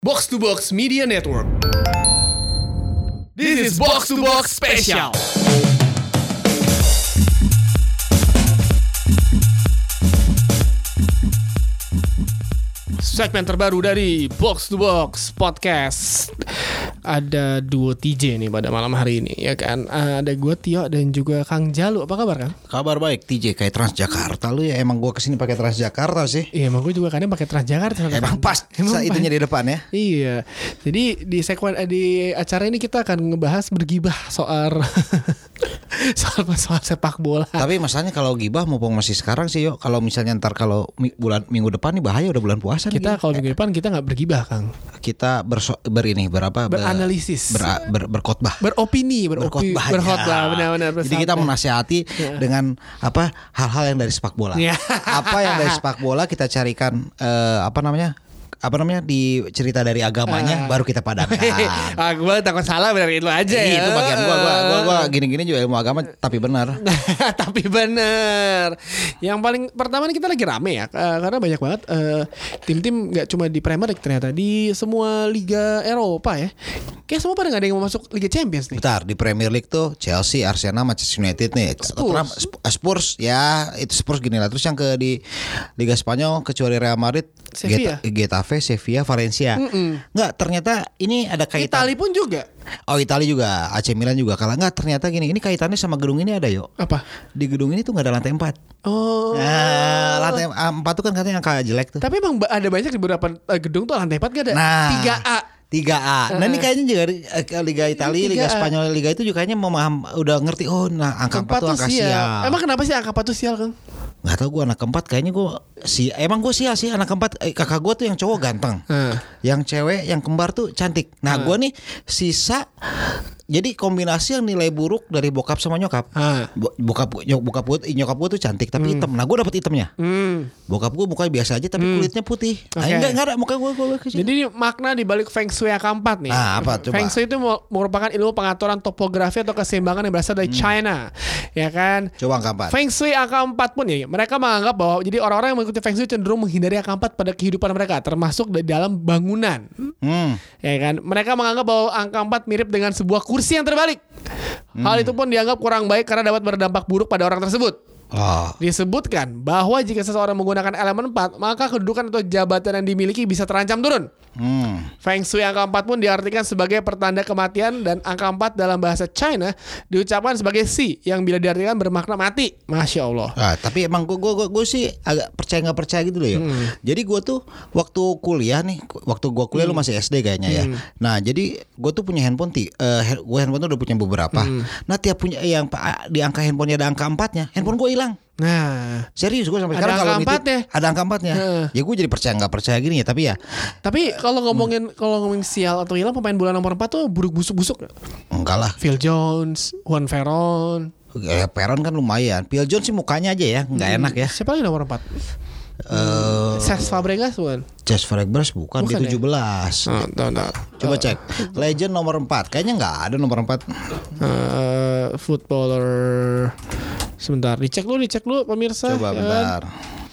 Box to Box Media Network. This is Box to Box Special. Segmen terbaru dari Box to Box Podcast. Ada duo TJ nih pada malam hari ini, ya kan? Ada gue Tio dan juga Kang Jalu. Apa kabar, Kang? Kabar baik. TJ kayak Transjakarta lu ya. Emang gue kesini pakai Transjakarta sih. Iya, emang gue juga kadang pakai Transjakarta. Emang pas itunya di depan ya. Iya. Jadi di segmen di acara ini kita akan ngebahas bergibah soal soal sepak bola. Tapi masalahnya kalau gibah mumpung masih sekarang sih yo. Kalau misalnya ntar kalau minggu depan nih bahaya, udah bulan puasa kita nih. Kalau minggu depan kita nggak bergibah, Kang. Kita beranalisis, berkhotbah, berkhotbah, benar-benar. Jadi kita menasihati dengan hal-hal yang dari sepak bola. Apa yang dari sepak bola kita carikan di cerita dari agamanya baru kita padankan. Gue takut salah, benar itu aja ya. Itu bagian gua gini-gini juga ilmu agama tapi benar. Tapi benar. Yang paling pertama nih kita lagi rame ya, karena banyak banget tim-tim nggak cuma di Premier League, ternyata di semua liga Eropa ya. Kayak semua pada nggak ada yang mau masuk Liga Champions nih. Bentar, di Premier League tuh Chelsea, Arsenal, Manchester United nih. Spurs ya, itu Spurs gini lah. Terus yang di Liga Spanyol kecuali Real Madrid, Getafe, Sevilla, Valencia. Nggak, ternyata ini ada kaitan. Italia pun juga. Oh, Italia juga, AC Milan juga kalah. Nggak, ternyata gini, ini kaitannya sama gedung ini ada yo. Apa? Di gedung ini tuh nggak ada lantai 4. Oh. Nah, lantai 4 tuh kan katanya angka jelek tuh. Tapi emang ada banyak di beberapa gedung tuh lantai 4 gak ada. Nah, 3A. Nah ini kayaknya juga Liga Italia, Liga Spanyol, Liga itu juga kayaknya udah ngerti. Oh, nah angka 4 tuh angka sial. Emang kenapa sih angka 4 tuh sial, Kang? Gak tau, gue anak keempat kayaknya emang gue sial sih anak keempat. Kakak gue tuh yang cowok ganteng, yang cewek yang kembar tuh cantik. Nah gue nih sisa. Jadi kombinasi yang nilai buruk dari bokap sama nyokap. Nyokap gue tuh cantik tapi hitam. Nah gue dapet hitamnya. Bokap gue mukanya biasa aja tapi kulitnya putih. Enggak ada muka gue. Jadi makna di balik Feng Shui angka 4 nih. Nah, apa coba? Feng Shui itu merupakan ilmu pengaturan topografi atau keseimbangan yang berasal dari China. Ya kan? Coba angka 4. Feng Shui angka 4 pun ya, mereka menganggap bahwa jadi orang-orang yang mengikuti Feng Shui cenderung menghindari angka 4 pada kehidupan mereka, termasuk di dalam bangunan. Ya kan? Mereka menganggap bahwa angka 4 mirip dengan sebuah kursi yang terbalik. Hal itu pun dianggap kurang baik karena dapat berdampak buruk pada orang tersebut. Disebutkan bahwa jika seseorang menggunakan elemen 4, maka kedudukan atau jabatan yang dimiliki bisa terancam turun. Feng Shui angka 4 pun diartikan sebagai pertanda kematian, dan angka 4 dalam bahasa China diucapkan sebagai Si, yang bila diartikan bermakna mati. Masya Allah. Tapi emang gue sih agak percaya nggak percaya gitu loh ya. Jadi gue tuh waktu kuliah lu masih SD kayaknya ya. Nah jadi gue tuh punya handphone gue handphone tuh udah punya beberapa. Nah tiap punya yang di angka handphonenya ada angka 4-nya, handphone gue hilang. Nah, serius gue sampai sekarang kalau ada angka 4-nya. Ya gue jadi percaya nggak percaya gini ya, tapi ya. Tapi kalau ngomongin sial atau hilang, pemain bola nomor 4 tuh buruk busuk-busuk gak? Enggak lah. Phil Jones, Juan Ferron. Ferron kan lumayan. Phil Jones sih mukanya aja ya, nggak enak ya. Siapa lagi nomor 4? Cesc Fabregas bukan? Cesc Fabregas bukan di 17. Coba cek. Legend nomor 4. Kayaknya nggak ada nomor 4. Footballer. Sebentar, dicek dulu pemirsa. Coba bentar.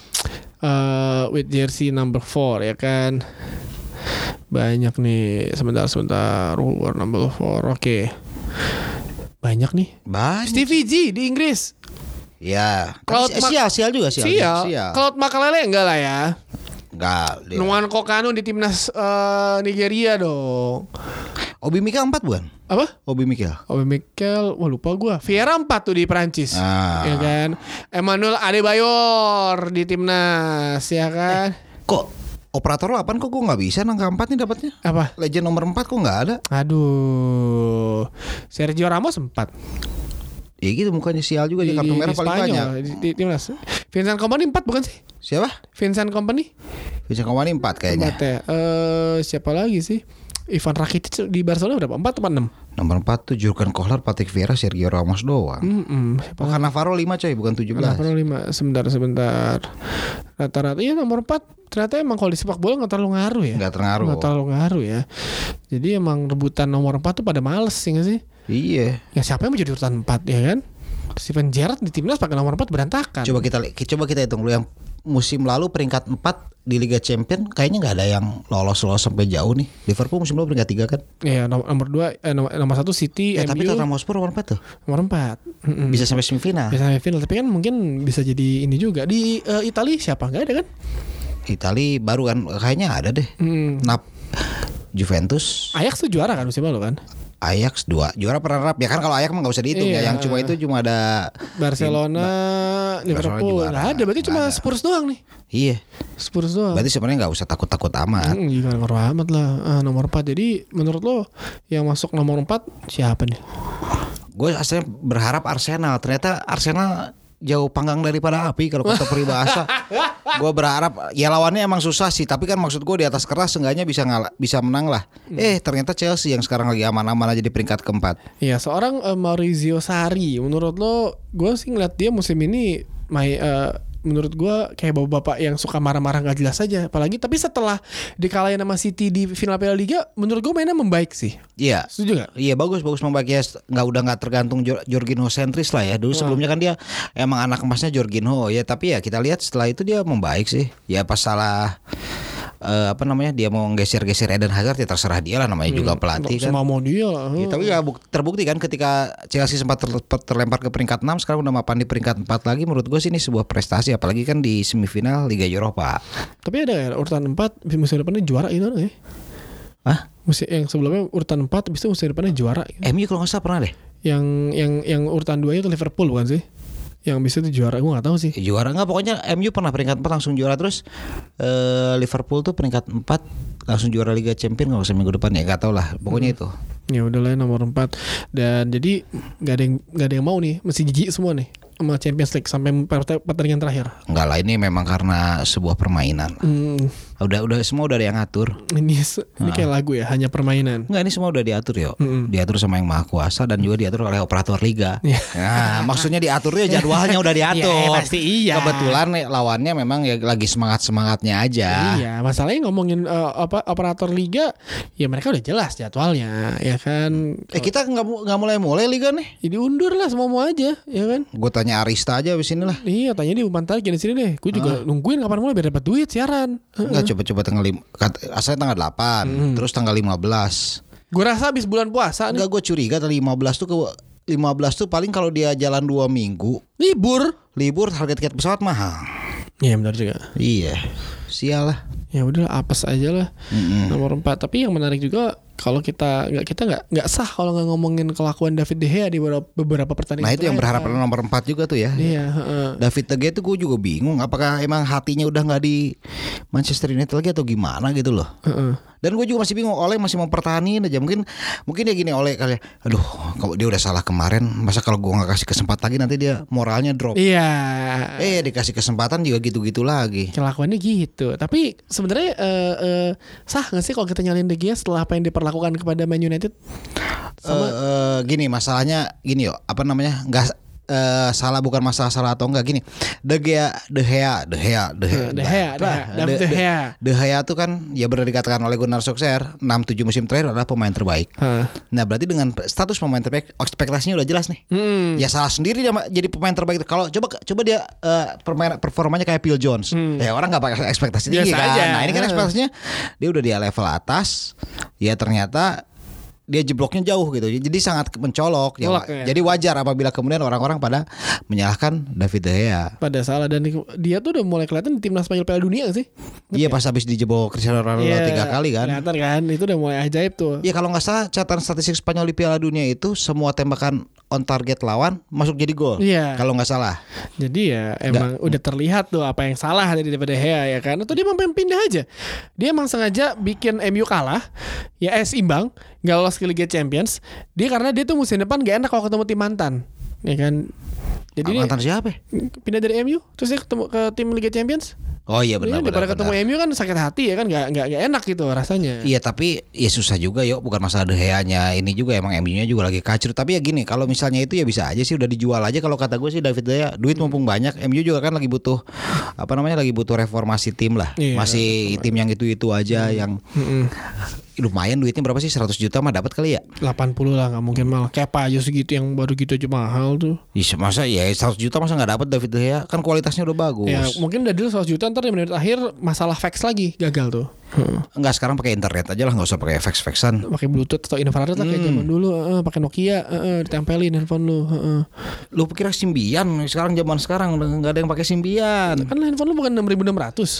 With jersey number 4 ya kan. Banyak nih. Sebentar. Number 4. Oke. Banyak nih. Stevie G di Inggris. Ya. Sial juga. Claude Makelele enggak lah ya. Enggak. Nuan Kokanu di timnas Nigeria dong. Obi Mikel 4 bukan? Apa? Obi Mikel, wah lupa gue. Vieira 4 tuh di Perancis, ya kan. Emmanuel Adebayor di timnas, ya kan. Kok operator 8 kok gue nggak bisa angka 4 nih dapatnya? Apa? Legend nomor 4 kok nggak ada? Aduh, Sergio Ramos 4. Ya gitu mukanya sial juga, di kartu merah paling banyak di timnas. Vincent Kompany 4 bukan sih? Siapa? Vincent Kompany 4 kayaknya. 4 ya. Siapa lagi sih? Ivan Rakitic di Barcelona berapa? 4 atau 6? Nomor 4 tuh Jurgen Kohler, Patrick Vieira, Sergio Ramos doang. Bukan Navarro 5 coy, bukan 17. Navarro 5. Sebentar. Rata-rata ya nomor 4. Ternyata emang kalau di sepak bola gak terlalu ngaruh ya. Gak terlalu ngaruh ya. Jadi emang rebutan nomor 4 tuh pada males sih gak sih? Iya. Ya siapa yang mau jadi urutan 4 ya kan? Steven Gerrard di timnas pakai nomor 4 berantakan. Coba kita hitung dulu yang musim lalu peringkat 4 di Liga Champions kayaknya nggak ada yang lolos sampai jauh nih. Liverpool musim lalu peringkat 3 kan? Iya, nomor 2 nomor 1 City, MU. Tapi Tottenham Hotspur nomor 4 tuh. Nomor 4. Bisa sampai semifinal. Bisa sampai final, tapi kan mungkin bisa jadi ini juga. Di Italia siapa? Enggak ada kan? Italia baru kan kayaknya ada deh. Juventus. Ajax tuh juara kan musim lalu kan? Ajax 2 juara runner-up ya kan, kalau Ajax mah nggak usah dihitung ya, yang cuma itu cuma ada Barcelona, Liverpool nggak ada, berarti cuma Spurs doang nih. Iya, Spurs doang. Berarti sebenarnya nggak usah takut amat. Jangan ngaruh amat lah. Nomor 4. Jadi menurut lo yang masuk nomor 4 siapa nih? Gue asalnya berharap Arsenal, ternyata Arsenal jauh panggang daripada api kalau kata peribahasa. Gue berharap ya lawannya emang susah sih, tapi kan maksud gue di atas keras seenggaknya bisa menang lah. Ternyata Chelsea yang sekarang lagi aman-aman aja di peringkat keempat. Ya, seorang Maurizio Sarri, menurut lo, gue sih ngeliat dia musim ini menurut gue kayak bapak-bapak yang suka marah-marah gak jelas aja. Apalagi tapi setelah dikalahin sama City di final Piala Liga, menurut gue mainnya membaik sih. Iya. Setuju gak? Iya, bagus membaik ya. Udah gak tergantung Jorginho sentris lah ya. Dulu sebelumnya kan dia emang anak emasnya Jorginho ya. Tapi ya kita lihat setelah itu dia membaik sih. Ya pas salah dia mau geser Eden Hazard ya terserah dia lah, namanya juga pelatih kan. Sama mau dia. Ya, tapi ya terbukti kan ketika Chelsea sempat terlempar ke peringkat 6, sekarang udah mapan di peringkat 4 lagi. Menurut gue sih ini sebuah prestasi, apalagi kan di semifinal Liga Eropa. Tapi ada ya urutan 4 musim depannya juara itu ya. Hah? Musim yang sebelumnya urutan 4 habis itu musim depannya juara. MU kalau enggak salah pernah deh. Yang urutan 2 itu Liverpool bukan sih? Yang bisa itu juara, gue gak tahu sih. Juara enggak, pokoknya MU pernah peringkat 4 langsung juara. Terus Liverpool tuh peringkat 4 langsung juara Liga Champions kalau minggu depan ya, gak tahu lah. Pokoknya itu. Ya udahlah, nomor 4. Dan jadi gak ada yang mau nih, mesti jijik semua nih sama Champions League sampai pertandingan terakhir. Enggak lah, ini memang karena sebuah permainan. Udah semua udah ada yang ngatur. Ini kayak lagu ya, hanya permainan. Enggak, ini semua udah diatur yo. Diatur sama yang Maha Kuasa dan juga diatur oleh operator liga. Nah, maksudnya diaturnya jadwalnya udah diatur. Ya, pasti iya. Kebetulan lawannya memang ya lagi semangatnya aja. Iya, masalahnya ngomongin operator liga, ya mereka udah jelas jadwalnya, ya kan. Kita nggak mulai liga nih. Jadi undur lah semua aja, ya kan. Gue tanya Arista aja abis ini lah. Iya, tanya di umpan tarik di sini deh. Gue juga nungguin kapan mulai biar dapat duit siaran. Enggak, coba tanggal 5. Asalnya tanggal 8, terus tanggal 15. Gue rasa habis bulan puasa nih. Enggak, gue curiga tanggal 15 tuh paling kalau dia jalan 2 minggu. Libur harga tiket pesawat mahal. Iya, benar juga. Iya. Sial lah. Ya udah apes aja lah. Nomor 4. Tapi yang menarik juga kalau kita nggak sah kalau nggak ngomongin kelakuan David De Gea di beberapa pertandingan. Nah itu yang berharap pada nomor 4 juga tuh ya. Iya. David De Gea tuh gue juga bingung. Apakah emang hatinya udah nggak di Manchester United lagi atau gimana gitu loh. Dan gue juga masih bingung, Oleh masih mempertahankan aja. Mungkin ya gini, Oleh kali, aduh, kalau dia udah salah kemarin, masa kalau gue nggak kasih kesempatan lagi nanti dia moralnya drop. Iya. Dikasih kesempatan juga gitu-gitu lagi. Kelakuannya gitu. Tapi sebenarnya sah nggak sih kalau kita nyalin De Gea setelah apa yang diperlakukan kepada Man United? Gini, masalahnya gini yo, nggak salah, bukan masalah salah atau enggak, gini. De Gea tuh kan ya benar dikatakan oleh Gunnar Solskjaer 6-7 musim terakhir adalah pemain terbaik. Nah, berarti dengan status pemain terbaik ekspektasinya udah jelas nih. Ya salah sendiri dia jadi pemain terbaik. Kalau coba dia performanya kayak Phil Jones. Ya orang enggak pakai ekspektasi tinggi kan. Nah, ini kan ekspektasinya dia udah di level atas. Ya ternyata dia jebloknya jauh gitu, jadi sangat mencolok. Jadi wajar apabila kemudian orang-orang pada menyalahkan David De Gea. Pada salah, dan dia tuh udah mulai kelihatan di timnas Spanyol Piala Dunia sih. Iya, pas habis dijebol Cristiano Ronaldo 3 kali kan. Kelihatan kan, itu udah mulai ajaib tuh. Iya, kalau nggak salah catatan statistik Spanyol di Piala Dunia itu semua tembakan on target lawan masuk jadi gol. Iya. Kalau nggak salah. Jadi ya emang udah terlihat tuh apa yang salah dari De Gea ya kan. Atau dia mampu pindah aja. Dia emang sengaja bikin MU kalah, ya imbang, nggak lolos ke Liga Champions. Dia karena dia tuh musim depan gak enak kalau ketemu tim mantan, ya kan. Jadi mantan siapa? Pindah dari MU terus dia ketemu ke tim Liga Champions. Oh iya, benar. Daripada ketemu MU kan sakit hati ya kan, nggak enak gitu rasanya. Iya, tapi ya susah juga yuk, bukan masalah De Gea-nya, ini juga emang MU-nya juga lagi kacau. Tapi ya gini, kalau misalnya itu ya bisa aja sih udah dijual aja. Kalau kata gue sih David De Gea, duit mumpung banyak, MU juga kan lagi butuh lagi butuh reformasi tim lah. Iya, masih tim yang itu aja yang lumayan duitnya berapa sih 100 juta mah dapat kali ya? 80 lah nggak mungkin malah. Kepa aja segitu yang baru gitu aja mahal tuh. Iya masa ya 100 juta masa nggak dapat David De Gea kan kualitasnya udah bagus. Ya mungkin udah deal 100 juta ntar di menit akhir masalah fax lagi gagal tuh. Enggak sekarang pakai internet aja lah nggak usah pakai fax-faxan. Pakai Bluetooth atau infrared lah kayak zaman dulu. Pakai Nokia, ditempelin handphone lu. Lu pikir Symbian sekarang udah nggak ada yang pakai Symbian. Kan handphone lu bukan 6.600.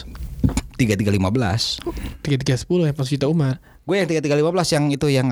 3315. 3310 handphone Vita Umar. Gue yang 3315 yang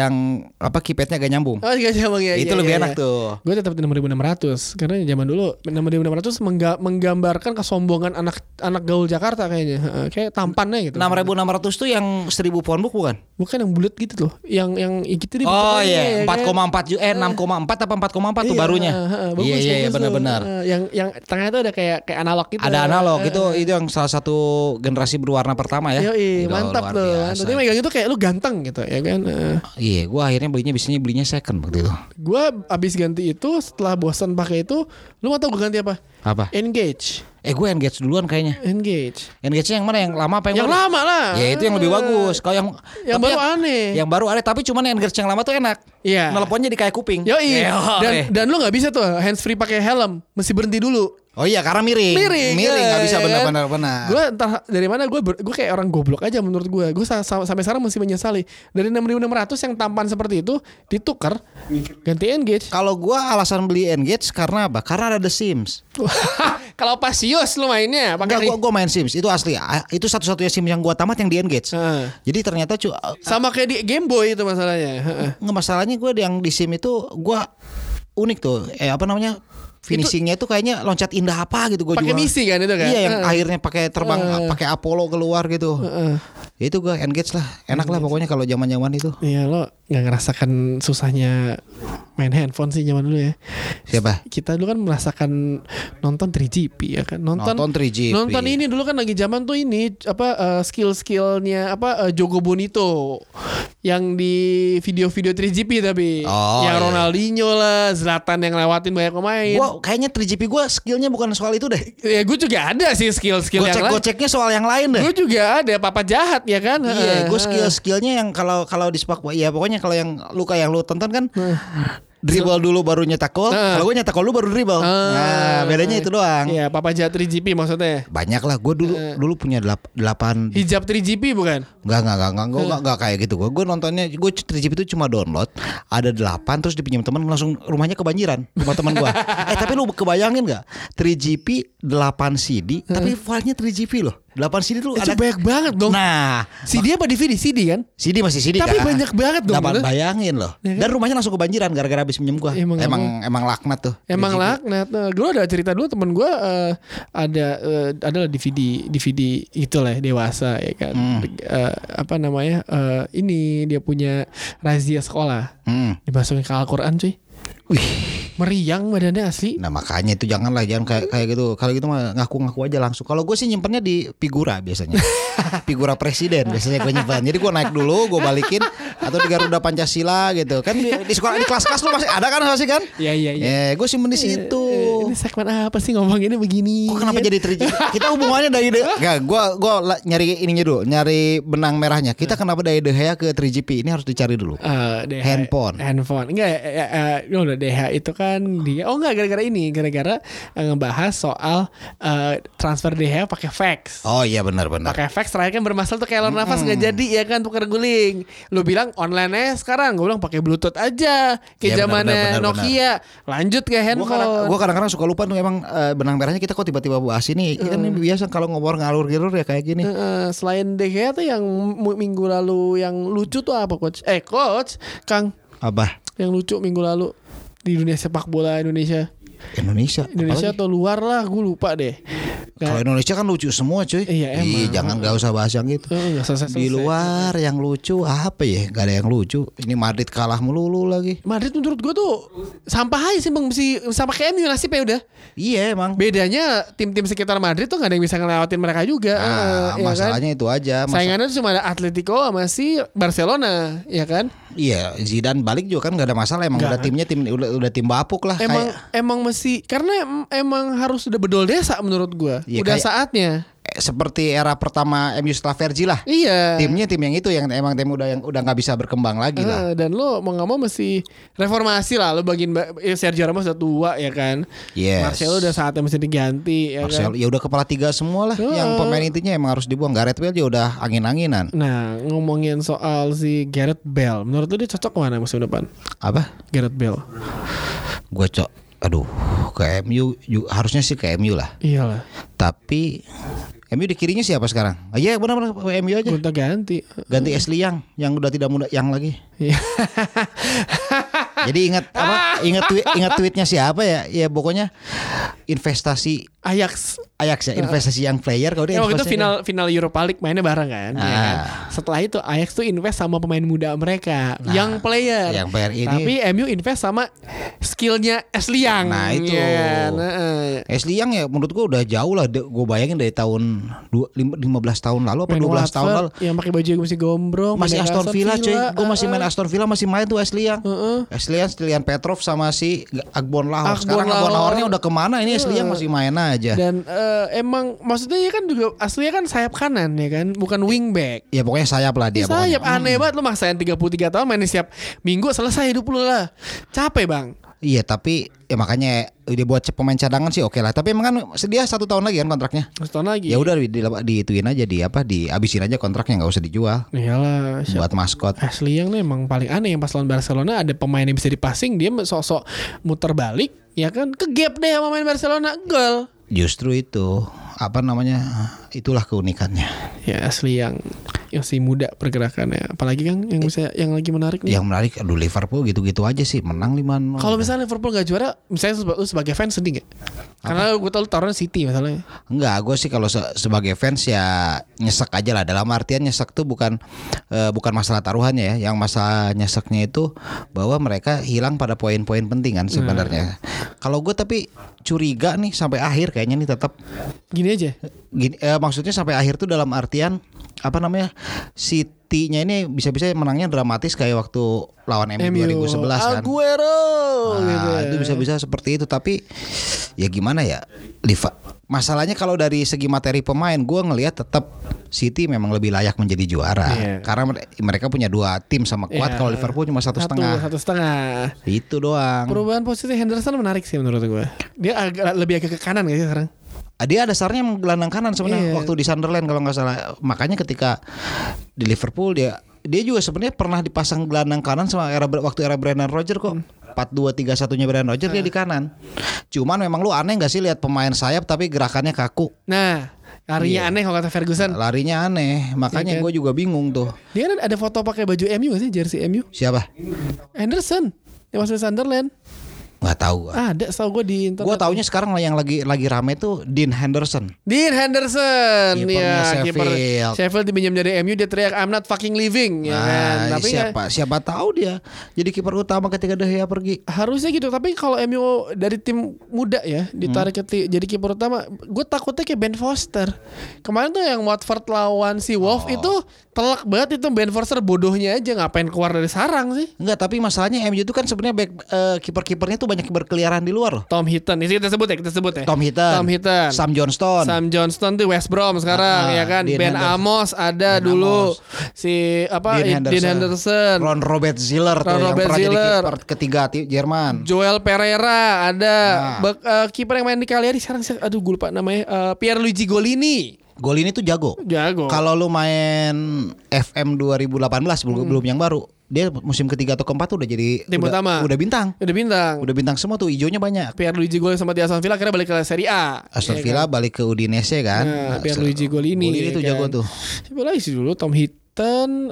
keypadnya gak nyambung. Oh gak nyambung ya. Itu lebih enak tuh. Gue tetap 6.600 karena zaman dulu 6.600 menggambarkan kesombongan anak gaul Jakarta kayaknya. Kayak tampannya gitu. 6.600 tuh yang 1000 phonebook bukan? Bukan yang bulat gitu loh. Yang gitu deh. Oh iya, 4,4 6,4 apa 4,4 tuh barunya. Iya benar-benar. Yang tengahnya tuh ada kayak analog gitu. Ada analog itu yang salah satu generasi berwarna pertama ya. Iya, mantap tuh. Tapi megang itu kayak lu ganteng gitu ya kan. Iya, gue akhirnya belinya second waktu itu. Gue abis ganti itu setelah bosan pakai itu, lu mau tau gue ganti apa? Apa? Engage. Gue Engage duluan kayaknya. Engage Yang mana yang lama apa yang baru? lama lah. Ya itu yang lebih bagus. Kalau yang baru aneh. Yang baru aneh tapi cuman Engage yang lama tuh enak. Iya. Nelponnya di kayak kuping. Yoi. Dan lu nggak bisa tuh hands free pakai helm, mesti berhenti dulu. Oh iya karena miring nggak bisa benar. Gue entah dari mana gue kayak orang goblok aja menurut gue. Gue sampai sekarang masih menyesali dari 6.600 yang tampan seperti itu ditukar ganti Engage. Kalau gue alasan beli Engage karena apa? Karena ada The Sims. Kalau pas Sius lu mainnya pakai gue main Sims itu asli. Itu satu-satunya Sims yang gue tamat yang di Engage. Jadi ternyata sama kayak di Game Boy itu masalahnya. Nggak masalahnya gue yang di Sim itu gue unik tuh. Finishingnya itu kayaknya loncat indah apa gitu gue juga. Pakai misi kan itu kan? Iya yang akhirnya pakai terbang pakai Apollo keluar gitu. Ya itu gue Engage lah, enak lah pokoknya kalau zaman-zaman itu. Iya lo nggak ngerasakan susahnya main handphone sih zaman dulu ya. Siapa? Kita dulu kan merasakan nonton 3GP ya kan. Nonton 3GP. Nonton ini dulu kan lagi zaman tuh ini skill-skillnya Jogo Bonito yang di video-video 3GP tapi yang Ronaldinho lah, Zlatan yang lewatin banyak pemain. Kayaknya 3GP gue skillnya bukan soal itu deh. Ya gue juga ada sih skill yang lain. Goceknya soal yang lain deh. Gue juga ada Papa Jahat ya kan. Iya, gue skillnya yang kalau di sepak ya pokoknya kalau yang lu tonton kan dribble dulu baru nyetak gol. Kalau gue nyetak gol dulu baru dribble. Nah, bedanya itu doang. Iya, Papa Jahat 3GP maksudnya. Banyak lah. Gue dulu punya 8 hijab 3GP bukan? Enggak kayak gitu. Gue nontonnya 3GP itu cuma download. Ada 8 terus dipinjam teman langsung rumahnya kebanjiran rumah teman gue. Tapi lu kebayangin enggak? 3GP 8 CD tapi filenya 3GP loh. 8 CD tuh ada banyak banget dong. Nah, CD apa DVD? CD kan? CD masih CD tapi kan. banyak banget dong. Bayangin loh. Ya kan? Dan rumahnya langsung kebanjiran gara-gara habis minjem gua. Emang laknat tuh. Emang laknat. Gue ada cerita dulu temen gue adalah DVD itulah dewasa ya kan. Ini dia punya razia sekolah. Dimasukin ke Al-Quran cuy. Wih, meriang badannya asli. Nah makanya itu jangan kayak gitu. Kalau gitu mah ngaku-ngaku aja langsung. Kalau gue sih nyimpennya di Figura biasanya. Figura presiden biasanya gue nyimpan. Jadi gue naik dulu, gue balikin atau di Garuda Pancasila gitu. Kan di sekolah di kelas-kelas lu masih ada kan masih kan? Iya. Gue simpen di situ. Ini segmen apa sih ngomonginnya begini? Kok kenapa jadi 3GP? Kita hubungannya dari gue nyari ininya dulu, nyari benang merahnya. Kita kenapa dari De Gea ke 3GP? Ini harus dicari dulu. Handphone. Enggak DH itu kan dia gara-gara ngebahas soal transfer DH pakai fax. Oh iya benar. Pakai fax terakhir kan bermasalah tuh kayak nafas nggak jadi ya kan tukar guling. Lu bilang online sekarang, gue bilang pakai Bluetooth aja kayak zamannya Nokia. Lanjut ke handphone. Gue kadang-kadang suka lupa tuh emang benang merahnya kita kok tiba-tiba bahas ini. Kan ini biasa kalau ngobrol ngalur-ngilur ya kayak gini. Selain DH tuh yang minggu lalu yang lucu tuh apa coach? Coach Kang. Apa? Yang lucu minggu lalu di dunia sepak bola Indonesia atau luar lah, gue lupa deh. Kalau Indonesia kan lucu semua cuy. Iya emang. Jangan gak usah bahas yang gitu. Di luar yang lucu apa ya? Gak ada yang lucu. Ini Madrid kalah melulu lagi. Madrid menurut gue tuh sampah aja sih bang, sama kayak MU nasibnya udah. Iya emang. Bedanya tim-tim sekitar Madrid tuh gak ada yang bisa ngelewatin mereka juga. Masalahnya kan? Itu aja. Saingannya tuh cuma ada Atletico sama si Barcelona, ya kan? Iya, Zidane balik juga kan gak ada masalah. Emang udah timnya udah tim bapuk lah. Emang masih karena emang harus udah bedol desa menurut gue. Ya, udah saatnya. seperti era pertama MU setelah Fergie lah. Iya. Timnya tim yang itu yang emang tim yang udah nggak bisa berkembang lagi lah. Dan lo mau nggak mau mesti reformasi lah. Lo bagian Sergio Ramos udah tua ya kan. Yes. Marcelo udah saatnya mesti diganti ya Marcelo kan. ya udah kepala 3 semua lah. Yang pemain intinya emang harus dibuang. Gareth Bale juga udah angin-anginan. Nah ngomongin soal si Gareth Bale, menurut lo dia cocok kemana musim depan? Apa? Gareth Bale. Gue ke MU harusnya sih ke MU lah. Iyalah. Tapi MU di kirinya siapa sekarang? Iya benar-benar MU aja. Gonta ganti Ashley Young yang udah tidak muda yang lagi. Iya. Jadi ingat tweetnya siapa ya? Ya pokoknya investasi Ajax ya, investasi yang player kalau dia. Waktu itu final Europa League mainnya bareng kan, ya kan. Setelah itu Ajax tuh invest sama pemain muda mereka, yang player ini. Tapi MU invest sama skillnya Ashley Young. Nah itu Ashley Young ya menurut gua udah jauh lah. Gue bayangin dari tahun 15 tahun lalu apa 12 tahun lalu yang pakai baju masih gombrong, masih Aston Villa cuy. Gue masih main Aston Villa, masih main tuh Ashley Young. Ashley Young, Stilian Petrov sama si Agbon Lahore. Sekarang Agbon Lahore-nya udah kemana? Ini Ashley Young masih main aja. Dan emang maksudnya ya kan juga aslinya kan sayap kanan ya kan, bukan wingback. Ya pokoknya sayap lah dia. Sayap aneh banget lu maksain 33 tahun main setiap minggu selesai hidup lu lah. Capek bang. Iya tapi ya makanya dia buat pemain cadangan sih oke lah. Tapi emang kan dia 1 tahun lagi kan kontraknya. 1 tahun lagi. Ya udah diituin aja dihabisin aja kontraknya, nggak usah dijual. Iyalah. Buat maskot. Ashley Young nih emang paling aneh yang pas lawan Barcelona ada pemain yang bisa dipassing dia sok-sok muter balik ya kan, ke gap deh sama main Barcelona, gol. Justru itu itulah keunikannya. Ya Ashley yang masih muda pergerakannya. Apalagi kan yang lagi menarik nih. Yang menarik Liverpool gitu-gitu aja sih, menang 5-0. Kalau misalnya Liverpool gak juara, misalnya lu sebagai fans sedih gak? Karena gue tau lu taruhnya City masalahnya. Enggak, gue sih kalau sebagai fans ya nyesek aja lah. Dalam artian nyesek tuh bukan masalah taruhannya ya. Yang masalah nyeseknya itu bahwa mereka hilang pada poin-poin penting kan sebenarnya. Kalau gue tapi curiga nih sampai akhir kayaknya nih tetap gini aja. Maksudnya sampai akhir tuh dalam artian City-nya ini bisa-bisa menangnya dramatis kayak waktu lawan MU 2011 kan. Aguero gitu. Itu bisa-bisa seperti itu. Tapi ya gimana ya, masalahnya kalau dari segi materi pemain gue ngelihat tetap City memang lebih layak menjadi juara. Karena mereka punya 2 tim sama kuat. Kalau Liverpool cuma 1,5. Itu doang. Perubahan posisi Henderson menarik sih menurut gue. Dia lebih agak ke kanan gak sih sekarang? Dia dasarnya gelandang kanan sebenarnya waktu di Sunderland kalau nggak salah. Makanya ketika di Liverpool dia juga sebenarnya pernah dipasang gelandang kanan sama waktu era Brendan Rodgers kok. 4-2-3-1-nya Brendan Rodgers dia di kanan. Cuman memang lu aneh nggak sih lihat pemain sayap tapi gerakannya kaku. Nah, larinya aneh kalau kata Ferguson. Larinya aneh, makanya gue juga bingung tuh. Dia kan ada foto pakai baju MU nggak sih, jersey MU? Siapa? Anderson yang masuk Sunderland. Nggak tahu. Ada, tahu gue di internet. Gue taunya sekarang yang lagi rame tuh Dean Henderson. Ya, kiper Sheffield dipinjam dari MU, dia teriak I'm not fucking leaving ya kan. Tapi siapa tahu dia jadi kiper utama ketika De Gea pergi. Harusnya gitu, tapi kalau MU dari tim muda ya ditarik jadi kiper utama, gue takutnya kayak Ben Foster. Kemarin tuh yang Watford lawan si Wolf itu telak banget itu, Ben Foster bodohnya aja ngapain keluar dari sarang sih. Enggak, tapi masalahnya MU itu kan sebenarnya kiper-kipernya tuh banyak berkeliaran di luar loh. Tom Heaton, ini kita sebut ya. Tom Heaton. Sam Johnston tuh West Brom sekarang ya kan. Ben Amos ada dulu. Si Dean Henderson. Ron Robert Ziller yang pernah jadi kiper ketiga Jerman. Joel Pereira ada. Kiper yang main di Cagliari sekarang gue lupa namanya. Pierluigi Golini. Golini tuh jago. Kalau lu main FM 2018 belum yang baru, dia musim ketiga atau keempat tuh udah jadi tim utama. Udah bintang semua tuh, hijaunya banyak. Pierluigi Golini sama di Aston Villa akhirnya balik ke Serie A. Aston Villa balik ke Udinese kan. Pierluigi Golini tuh jago tuh. Siapa lagi sih dulu? Tom Heaton,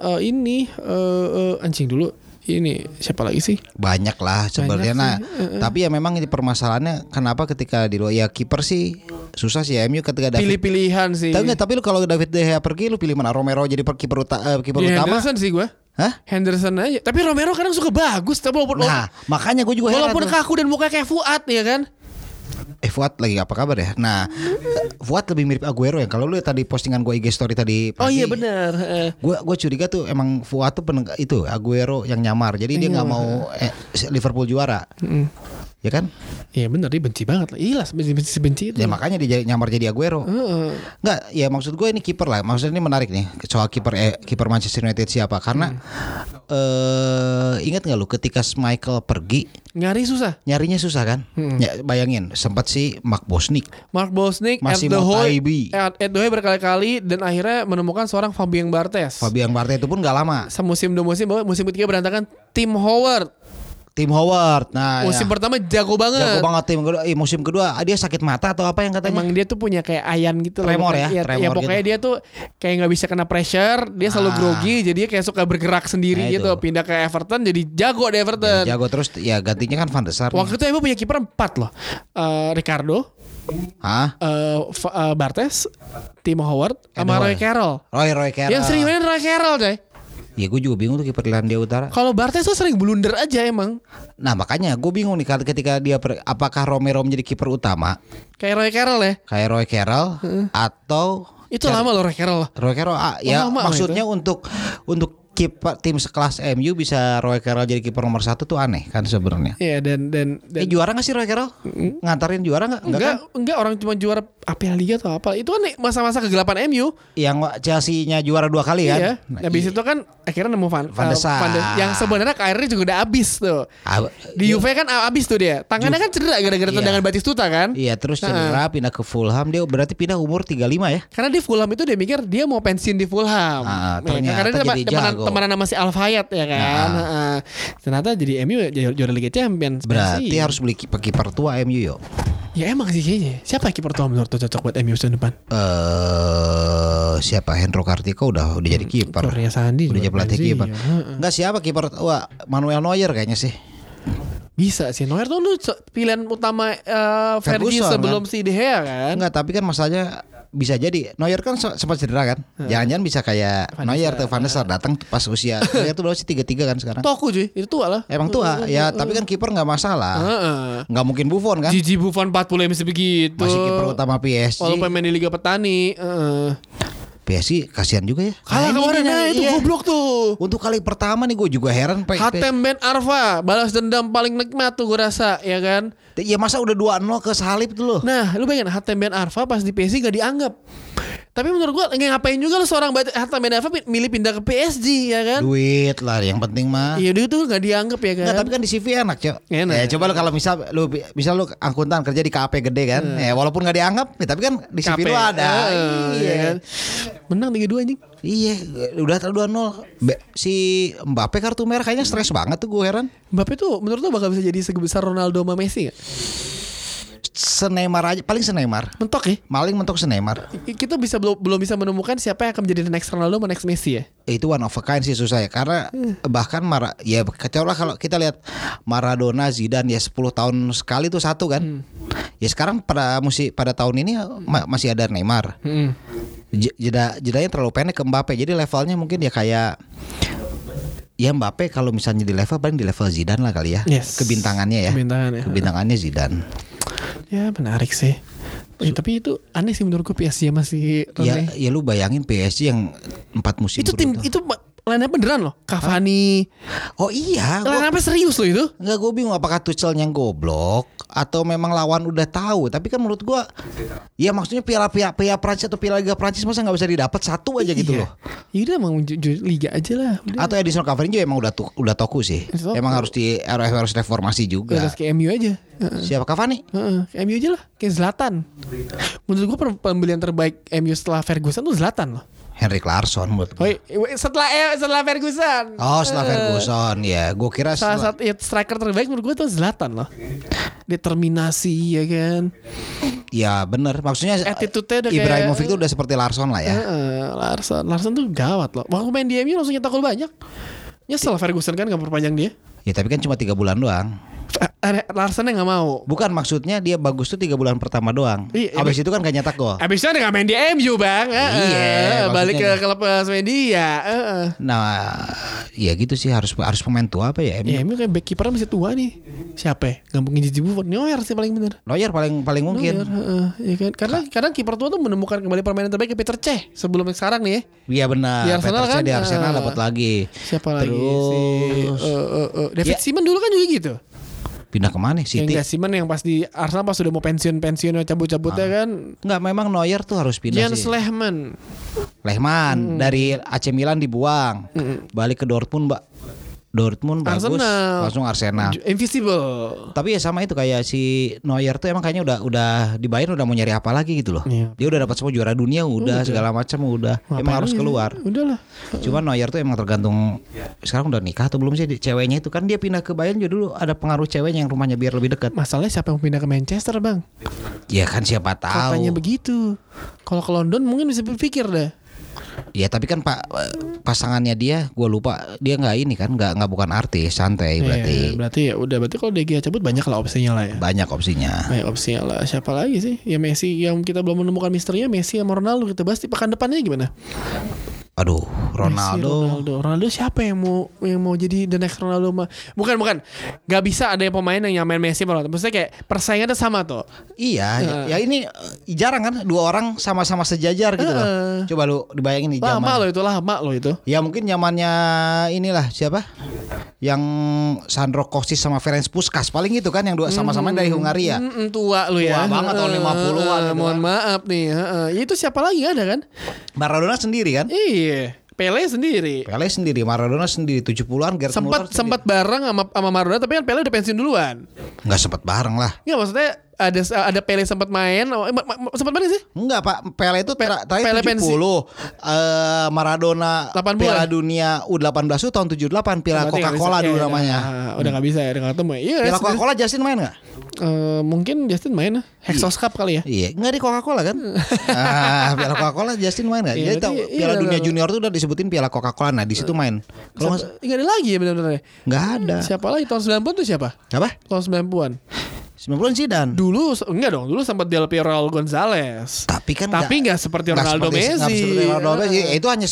anjing dulu. Ini siapa lagi sih? Banyak lah sebenarnya. Tapi ya memang ini permasalahannya kenapa ketika di luar ya kiper sih susah sih MU ketika David pilih-pilihan sih. Tapi lu kalau David De Gea pergi lu pilih mana? Romero jadi kiper utama. Henderson sih gue. Henderson aja. Tapi Romero kadang suka bagus tapi walaupun makanya gue juga walaupun kaku dan mukanya kayak Fuad ya kan. Fuad lagi apa kabar ya? Nah, Fuad lebih mirip Aguero ya. Kalau lu tadi postingan gue IG story tadi pagi. Oh iya benar. Gue curiga tuh emang Fuad tuh itu Aguero yang nyamar. Jadi dia nggak mau Liverpool juara. Ya kan? Iya benar, dia benci banget lah. Iyalah benci itu. Ya makanya dia nyamar jadi Aguero. Enggak, ya maksud gue ini kiper lah. Maksudnya ini menarik nih soal kiper Manchester United siapa? Karena ingat nggak lu ketika Schmeichel pergi nyarinya susah kan? Ya, bayangin sempat si Mark Bosnich masih mau Taibi. Ed Hoy berkali-kali dan akhirnya menemukan seorang Fabien Barthez itu pun gak lama. Semusim 2 musim, bahwa musim ketiga berantakan Tim Howard. Nah, musim pertama jago banget musim kedua dia sakit mata atau apa yang katanya. Emang dia tuh punya kayak ayan gitu tremor loh. Tremor pokoknya gitu. Dia tuh kayak nggak bisa kena pressure, dia selalu grogi, jadi dia kayak suka bergerak sendiri gitu. Pindah ke Everton jadi jago di Everton. Jago terus ya gantinya kan Van der Sar. Waktu itu emang punya kiper 4 loh. Ricardo, Barthez, Timo Howard, sama Roy Carroll. Yang sering main Roy Carroll coy. Ya gue juga bingung tuh kiper Irlandia Utara. Kalau Barthez tuh sering blunder aja emang. Nah makanya gue bingung nih ketika dia apakah Romero menjadi kiper utama kayak Roy Carroll ya? Kayak Roy Carroll atau itu lama loh Roy Carroll. Ya maksudnya itu. untuk kiper tim sekelas MU bisa Roy Carroll jadi kiper nomor 1 tuh aneh kan sebenarnya. Iya dan juara nggak sih Roy Carroll? Ngantarin juara nggak? Enggak, orang cuma juara APL Liga atau apa. Itu kan masa-masa kegelapan MU. Yang Chelsea-nya juara 2 kali kan? Iya. Habis itu kan akhirnya nemu Van der Sar. Yang sebenarnya karirnya juga udah habis tuh. Di Juve kan habis tuh dia. Tangannya kan cedera gara-gara tendangan Batistuta kan? Iya, terus cedera pindah ke Fulham. Dia berarti pindah umur 35 ya? Karena di Fulham itu dia mikir dia mau pensiun di Fulham. Ternyata jadi jago. Temenan sama si Al Fayed ya kan. Ternyata jadi MU juara Liga Champions. Berarti harus beli kiper tua MU yo. Ya emang sih kayaknya. Siapa kiper tua menurut lo cocok buat MU musim depan? Siapa? Hendro Kartiko udah jadi kiper. Surya Sandi udah jadi pelatih kiper. Enggak, siapa kiper? Wah, Manuel Neuer kayaknya sih. Bisa sih. Neuer tuh lu pilihan utama Fergie sebelum si De Gea kan? Enggak, tapi kan masalahnya bisa jadi Neuer kan sempat cedera kan. Jangan-jangan bisa kayak Neuer tuh Van der Sar datang pas usia Neuer tuh berapa sih 33 kan sekarang. Toku cuy, itu tua lah. Emang tua. Ya, tapi kan kiper enggak masalah. Enggak mungkin Buffon kan. Gigi Buffon 40 masih begitu. Masih kiper utama PSG. Walaupun main di Liga Petani. PSG kasihan juga ya. Kalah kemarin itu goblok tuh. Untuk kali pertama nih gue juga heran. Hatem Ben Arfa balas dendam paling nikmat tuh gue rasa ya kan. Ya masa udah 2-0 ke salib tuh loh. Nah lu bayangin Hatem Ben Arfa pas di PSG gak dianggap. Tapi menurut gue ngapain juga lo seorang Hatem Ben Arfa milih pindah ke PSG ya kan. Duit lah yang penting mah. Iya dia tuh gak dianggap ya kan. Nggak, tapi kan di CV enak Cok. Ya coba lo kalau misal lu akuntan kerja di KP gede kan. Ya walaupun gak dianggap ya, tapi kan di CV lu ada. Iya kan. Menang 3-2 anjing. Iya, udah 2-0. Si Mbappe kartu merah kayaknya stres banget tuh, gue heran. Mbappe tuh menurut lo bakal bisa jadi sebesar Ronaldo sama Messi gak? Seneymar aja, paling Seneymar. Mentok ya? Paling mentok Seneymar. Kita belum bisa menemukan siapa yang akan menjadi the next Ronaldo sama next Messi ya? Itu one of a kind sih susah ya. Karena bahkan ya kacau lah kalau kita lihat Maradona, Zidane ya 10 tahun sekali tuh satu kan. Ya sekarang pada tahun ini masih ada Neymar. Jedanya terlalu pendek ke Mbappe. Jadi levelnya mungkin ya kayak ya Mbappe kalau misalnya di level paling di level Zidane lah kali ya. Yes. Kebintangannya ya. Kebintangannya Zidane. Ya menarik sih. Tapi itu aneh sih menurutku PSG masih ya lu bayangin PSG yang 4 musim itu tim itu line up beneran loh. Cavani. Oh iya. Line up serius loh itu. Enggak, gue bingung apakah Tuchel yang goblok atau memang lawan udah tahu. Tapi kan menurut gue ya maksudnya piala Prancis atau piala Liga Prancis masa nggak bisa didapat satu aja gitu loh. Ya udah emang Liga aja lah. Udah. Atau Edinson Cavani juga emang udah toku sih. Emang harus harus reformasi juga. Harus kayak MU aja. Siapa Cavani? Kayak MU aja lah. Kayak Zlatan. Menurut gue pembelian terbaik MU setelah Ferguson tuh Zlatan loh. Henrik Larsson buat gue. Setelah Ferguson. Oh, setelah Ferguson ya. Gue kira salah satu striker terbaik menurut gue tuh Zlatan loh. Determinasi ya kan. Ya bener. Maksudnya attitude-nya udah Ibrahimovic tuh udah seperti Larsson lah ya. Larsson tuh gawat loh. Waktu main di MU langsung nyetak gol banyak. Nyesel Ferguson kan gak perpanjang dia. Ya tapi kan cuma 3 bulan doang. Larsson yang gak mau. Bukan, maksudnya dia bagus tuh 3 bulan pertama doang. Abis itu kan gak nyetak gol. Abis itu gak main di MU bang. Iya. Balik ke klub media. Nah ya gitu sih. Harus pemain tua apa ya MU. Ya MU kayak back keeper masih tua nih. Siapa ya? Gak mungkin Gigi Buffon. Neuer sih paling bener. Neuer paling mungkin. Ya kan? Karena kadang kiper tua tuh menemukan kembali permainan terbaik Peter Cech sebelum sekarang nih ya. Iya benar. Di Arsenal kan. Di Arsenal dapat lagi. Siapa lagi sih? David Seaman dulu kan juga gitu. Pindah kemana? City. Yang Simon yang pas di Arsenal pas sudah mau pensiun cabut-cabutnya kan. Enggak, memang Neuer tuh harus pindah Jens sih. Lehmann. Dari AC Milan dibuang. Balik ke Dortmund, Mbak. Dortmund bagus, langsung Arsenal. Invisible. Tapi ya sama itu kayak si Neuer tuh emang kayaknya udah dibayar, udah mau nyari apa lagi gitu loh. Iya. Dia udah dapat semua juara dunia, udah segala macam udah. Emang harus keluar. Udahlah. Cuma Neuer tuh emang tergantung sekarang udah nikah atau belum sih ceweknya itu kan dia pindah ke Bayern juga dulu ada pengaruh ceweknya yang rumahnya biar lebih dekat. Masalahnya siapa yang pindah ke Manchester, Bang? Ya kan siapa tahu. Katanya begitu. Kalau ke London mungkin bisa berpikir dah. Ya tapi kan pasangannya dia, gue lupa dia nggak ini kan nggak bukan artis, santai berarti. Berarti ya udah, berarti kalau DG cabut banyak lah opsinya lah ya. Banyak opsinya lah. Siapa lagi sih? Ya Messi yang kita belum menemukan misterinya, Messi sama Ronaldo. Kita bahas di pekan depannya gimana? Aduh, Ronaldo siapa yang mau jadi the next Ronaldo? Bukan. Gak bisa ada pemain yang nyamain Messi Ronaldo. Maksudnya kayak persaingannya sama tuh. Iya, ya ini jarang kan dua orang sama-sama sejajar gitu loh. Coba lu dibayangin nih zaman. Lama lo itu. Ya mungkin zamannya inilah siapa? Yang Sandro Kostic sama Ferenc Puskás paling itu kan yang dua sama-sama dari Hungaria. Tua lu ya. Tua banget tahun 50-an gitu. Mohon maaf nih. Itu siapa lagi ada kan? Maradona sendiri kan? Iya. Pele sendiri, Maradona sendiri 70-an. Gerd Müller sempat bareng sama Maradona, tapi kan Pele udah pensiun duluan. Enggak sempat bareng lah. Enggak, maksudnya ada Pele sempat main, sempat main sih? Enggak, Pak. Pele itu terakhir 70. Maradona 80. Piala Dunia U18 itu tahun 78, Piala Coca-Cola dulu namanya. Udah enggak bisa ya, enggak ketemu. Iya. Piala Coca-Cola Justin main enggak? Mungkin Justin main Hexos Cup kali ya. Iya, enggak di Coca-Cola kan? Piala Coca-Cola Justin main enggak? Jadi Piala Dunia Junior tuh udah disebutin Piala Coca-Cola. Nah, di situ main. Kalau enggak ada lagi ya benar-benar. Enggak ada. Siapa lagi tahun 90 tuh siapa? Apa? Tahun 90-an. 90-an Zidane. Dulu sempat Del Piero Raul Gonzalez. Tapi enggak seperti Ronaldo Messi. Itu hanya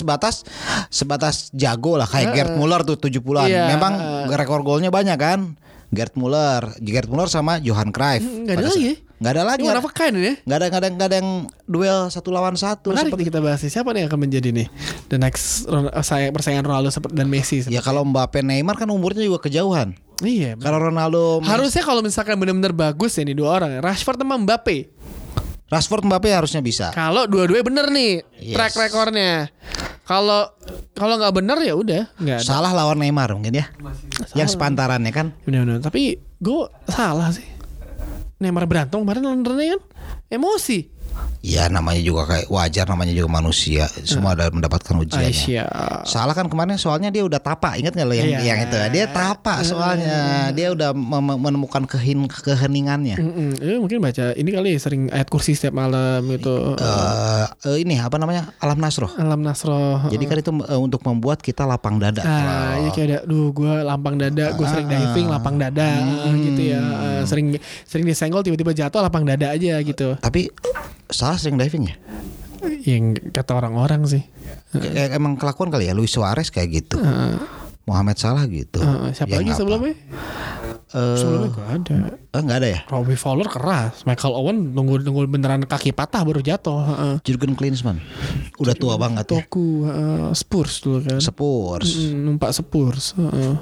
sebatas jago lah kayak Gerd Müller tuh 70-an. Memang rekor golnya banyak kan? Gerd Müller sama Johan Cruyff. Enggak ada lagi. Enggak ada lagi. Ini kain ini ya? Enggak ada yang duel 1 lawan 1 seperti kita bahas. Siapa nih yang akan menjadi nih the next persaingan Ronaldo dan Messi? Ya kalau Mbappe, Neymar kan umurnya juga kejauhan. Iya. Kalau Ronaldo harusnya kalau misalkan benar-benar bagus ya nih dua orang, Rashford sama Mbappe. Rashford Mbappe harusnya bisa. Kalau dua-duanya bener nih track recordnya. Kalau nggak bener ya udah nggak ada. Salah lawan Neymar mungkin ya. Yang sepantarannya kan. Benar-benar. Tapi gue salah sih. Neymar berantem kemarin lawan Rene kan emosi. Ya namanya juga kayak wajar, namanya juga manusia. Semua ada mendapatkan ujiannya. Salah kan kemarin soalnya dia udah tapa. Ingat gak lo yang itu? Dia tapa soalnya. Dia udah menemukan keheningannya. Mungkin baca ini kali sering ayat kursi setiap malam gitu. Ini apa namanya? Alam Nasroh. Jadi kan itu untuk membuat kita lapang dada. Iya kayak gue lapang dada. Gue sering diving lapang dada gitu ya. Sering disenggol tiba-tiba jatuh lapang dada aja gitu. Tapi Salah sering diving ya? Yang kata orang-orang sih. Emang kelakuan kali ya. Luis Suarez kayak gitu. Muhammad Salah gitu. Siapa lagi sebelumnya? Sebelumnya gak ada. Gak ada ya? Robbie Fowler keras. Michael Owen nunggu beneran kaki patah baru jatuh. Jurgen Klinsmann udah tua banget ya. Toku Spurs dulu kan. Numpak Spurs.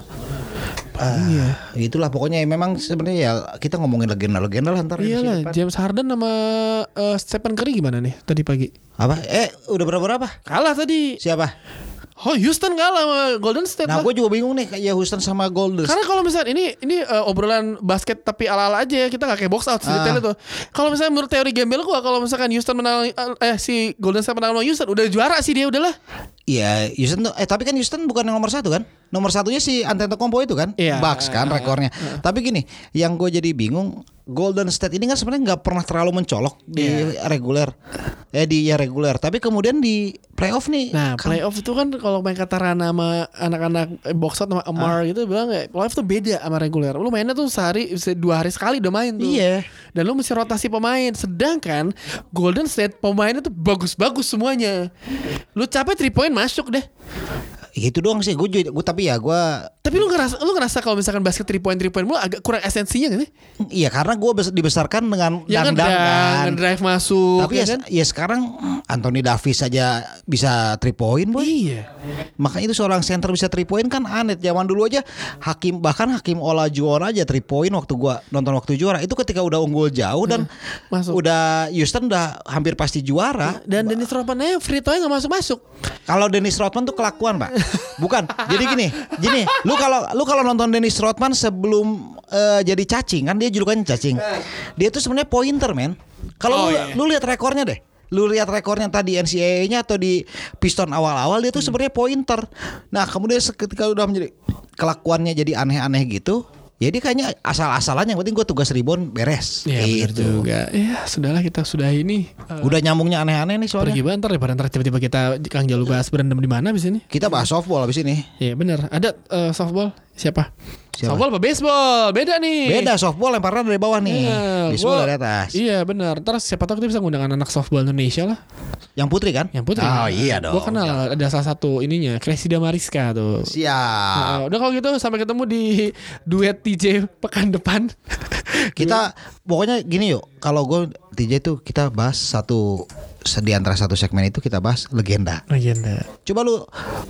Iya. Itulah pokoknya memang sebenarnya ya kita ngomongin legenda-legenda lah antar. Iyalah, James Harden sama Stephen Curry gimana nih tadi pagi? Apa? Udah berapa? Kalah tadi. Siapa? Houston kalah sama Golden State. Nah, gue juga bingung nih kayak Houston sama Golden State. Karena kalau misalnya ini obrolan basket tapi ala-ala aja ya, kita nggak kayak box out detail itu. Kalau misalnya menurut teori gembel gue, kalau misalkan Houston menang si Golden State menang sama Houston, udah juara sih dia udahlah. Iya, Houston tuh tapi kan Houston bukan yang nomor 1 kan? Nomor 1-nya si Antetokounmpo itu kan? Bucks kan rekornya. Tapi gini, yang gue jadi bingung, Golden State ini kan sebenarnya nggak pernah terlalu mencolok di reguler. Di reguler, tapi kemudian di playoff nih. Nah, playoff itu kan kalau main kata Rana sama anak-anak box out sama Amar gitu bilang playoff tuh beda sama reguler. Lu mainnya tuh sehari 2 hari sekali udah main tuh. Iya. Dan lu mesti rotasi pemain. Sedangkan Golden State pemainnya tuh bagus-bagus semuanya. Lu capek 3 point masuk deh. Itu doang sih gue tapi ya gue. Tapi lu Lu ngerasa kalau misalkan basket 3 point lu agak kurang esensinya gak sih? Iya, karena gue dibesarkan dengan ya dangdang kan. Drive masuk. Tapi ya sekarang Anthony Davis aja bisa 3 point boy. Iya. Makanya itu seorang center bisa 3 point kan aneh. Zaman dulu aja Hakim Olajuwon aja 3 point waktu gua nonton waktu juara. Itu ketika udah unggul jauh dan udah Houston udah hampir pasti juara. Dan Dennis Rodman aja free throw-nya gak masuk. Kalau Dennis Rodman tuh kelakuan, Pak. Bukan. Jadi gini, lu kalau nonton Dennis Rodman sebelum jadi cacing kan dia julukannya cacing. Dia tuh sebenarnya pointer, men. Kalau lu lihat rekornya deh. Lu lihat rekornya tadi NCAA-nya atau di Piston awal-awal dia tuh sebenarnya pointer. Nah, kemudian ketika udah menjadi kelakuannya jadi aneh-aneh gitu, ya dia kayaknya asal-asalan, yang penting gue tugas rebound beres. Iya benar juga. Ya sudahlah, kita sudah ini udah nyambungnya aneh-aneh nih soalnya. Pergi bentar daripada tiba-tiba kita Kang Jalu bahas berendam di mana abis ini. Kita bahas softball abis ini. Iya benar. Ada softball siapa? Softball apa baseball? Beda nih. Beda, softball lemparnya dari bawah nih. Baseball dari atas. Iya benar. Terus siapa tahu kita bisa ngundang anak softball Indonesia lah. Yang putri kan? Yang putri. Oh iya dong. Gue kenal ada salah satu ininya, Cressida Mariska tuh. Siap. Udah kalau gitu sampai ketemu di duet TJ pekan depan. Kita pokoknya gini yuk. Kalau gue TJ tuh kita bahas di antara satu segmen itu kita bahas legenda. Coba lu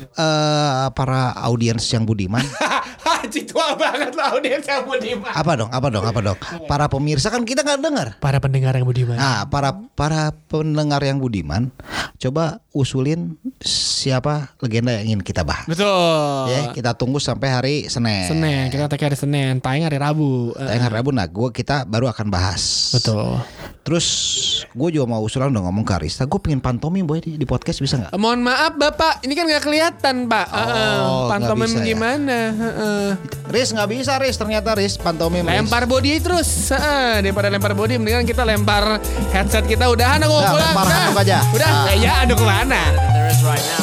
para audiens yang budiman. Haji tua banget lo audiens yang budiman. Apa dong? Para pemirsa kan kita nggak dengar. Para pendengar yang budiman. Nah, para pendengar yang budiman, coba usulin siapa legenda yang ingin kita bahas. Betul. Ya, kita tunggu sampai hari Senin. Kita take hari Senin, tayang hari Rabu. Nah, kita baru akan bahas. Betul. Terus gue juga mau usulan udah ngomong ke Arista, gue pengen pantomim boy di podcast, bisa nggak? Mohon maaf Bapak, ini kan nggak kelihatan Pak. Pantomim gimana? Riz nggak bisa ternyata pantomim. Lempar body terus. Daripada lempar body, mendingan kita lempar headset kita. Udahan aku pulang. Lempar handuk aja. Udah, ya aduk kemana?